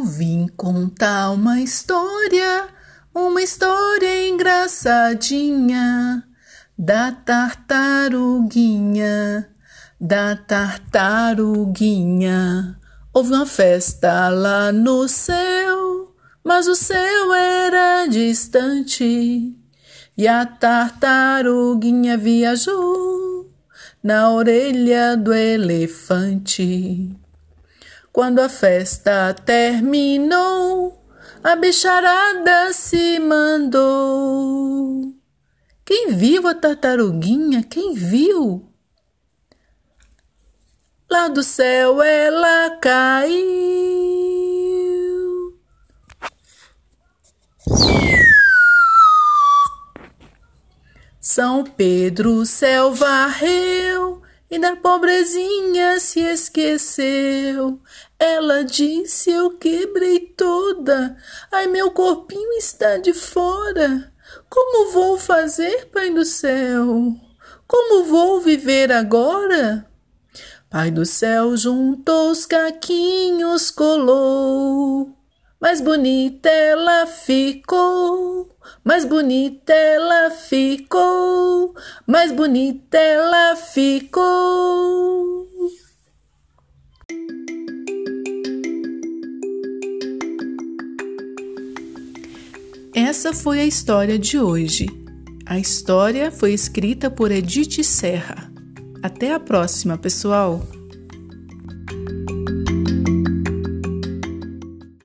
vim contar uma história engraçadinha da tartaruguinha, da tartaruguinha. Houve uma festa lá no céu, mas o céu era distante, e a tartaruguinha viajou na orelha do elefante. Quando a festa terminou, a bicharada se mandou. Quem viu a tartaruguinha? Quem viu? Lá do céu ela caiu. São Pedro o céu varreu e da pobrezinha se esqueceu. Ela disse: eu quebrei toda, ai meu corpinho está de fora. Como vou fazer, Pai do céu? Como vou viver agora? Pai do céu juntou os caquinhos, colou. Mais bonita ela ficou, mais bonita ela ficou, mais bonita ela ficou. Essa foi a história de hoje. A história foi escrita por Edith Serra. Até a próxima, pessoal!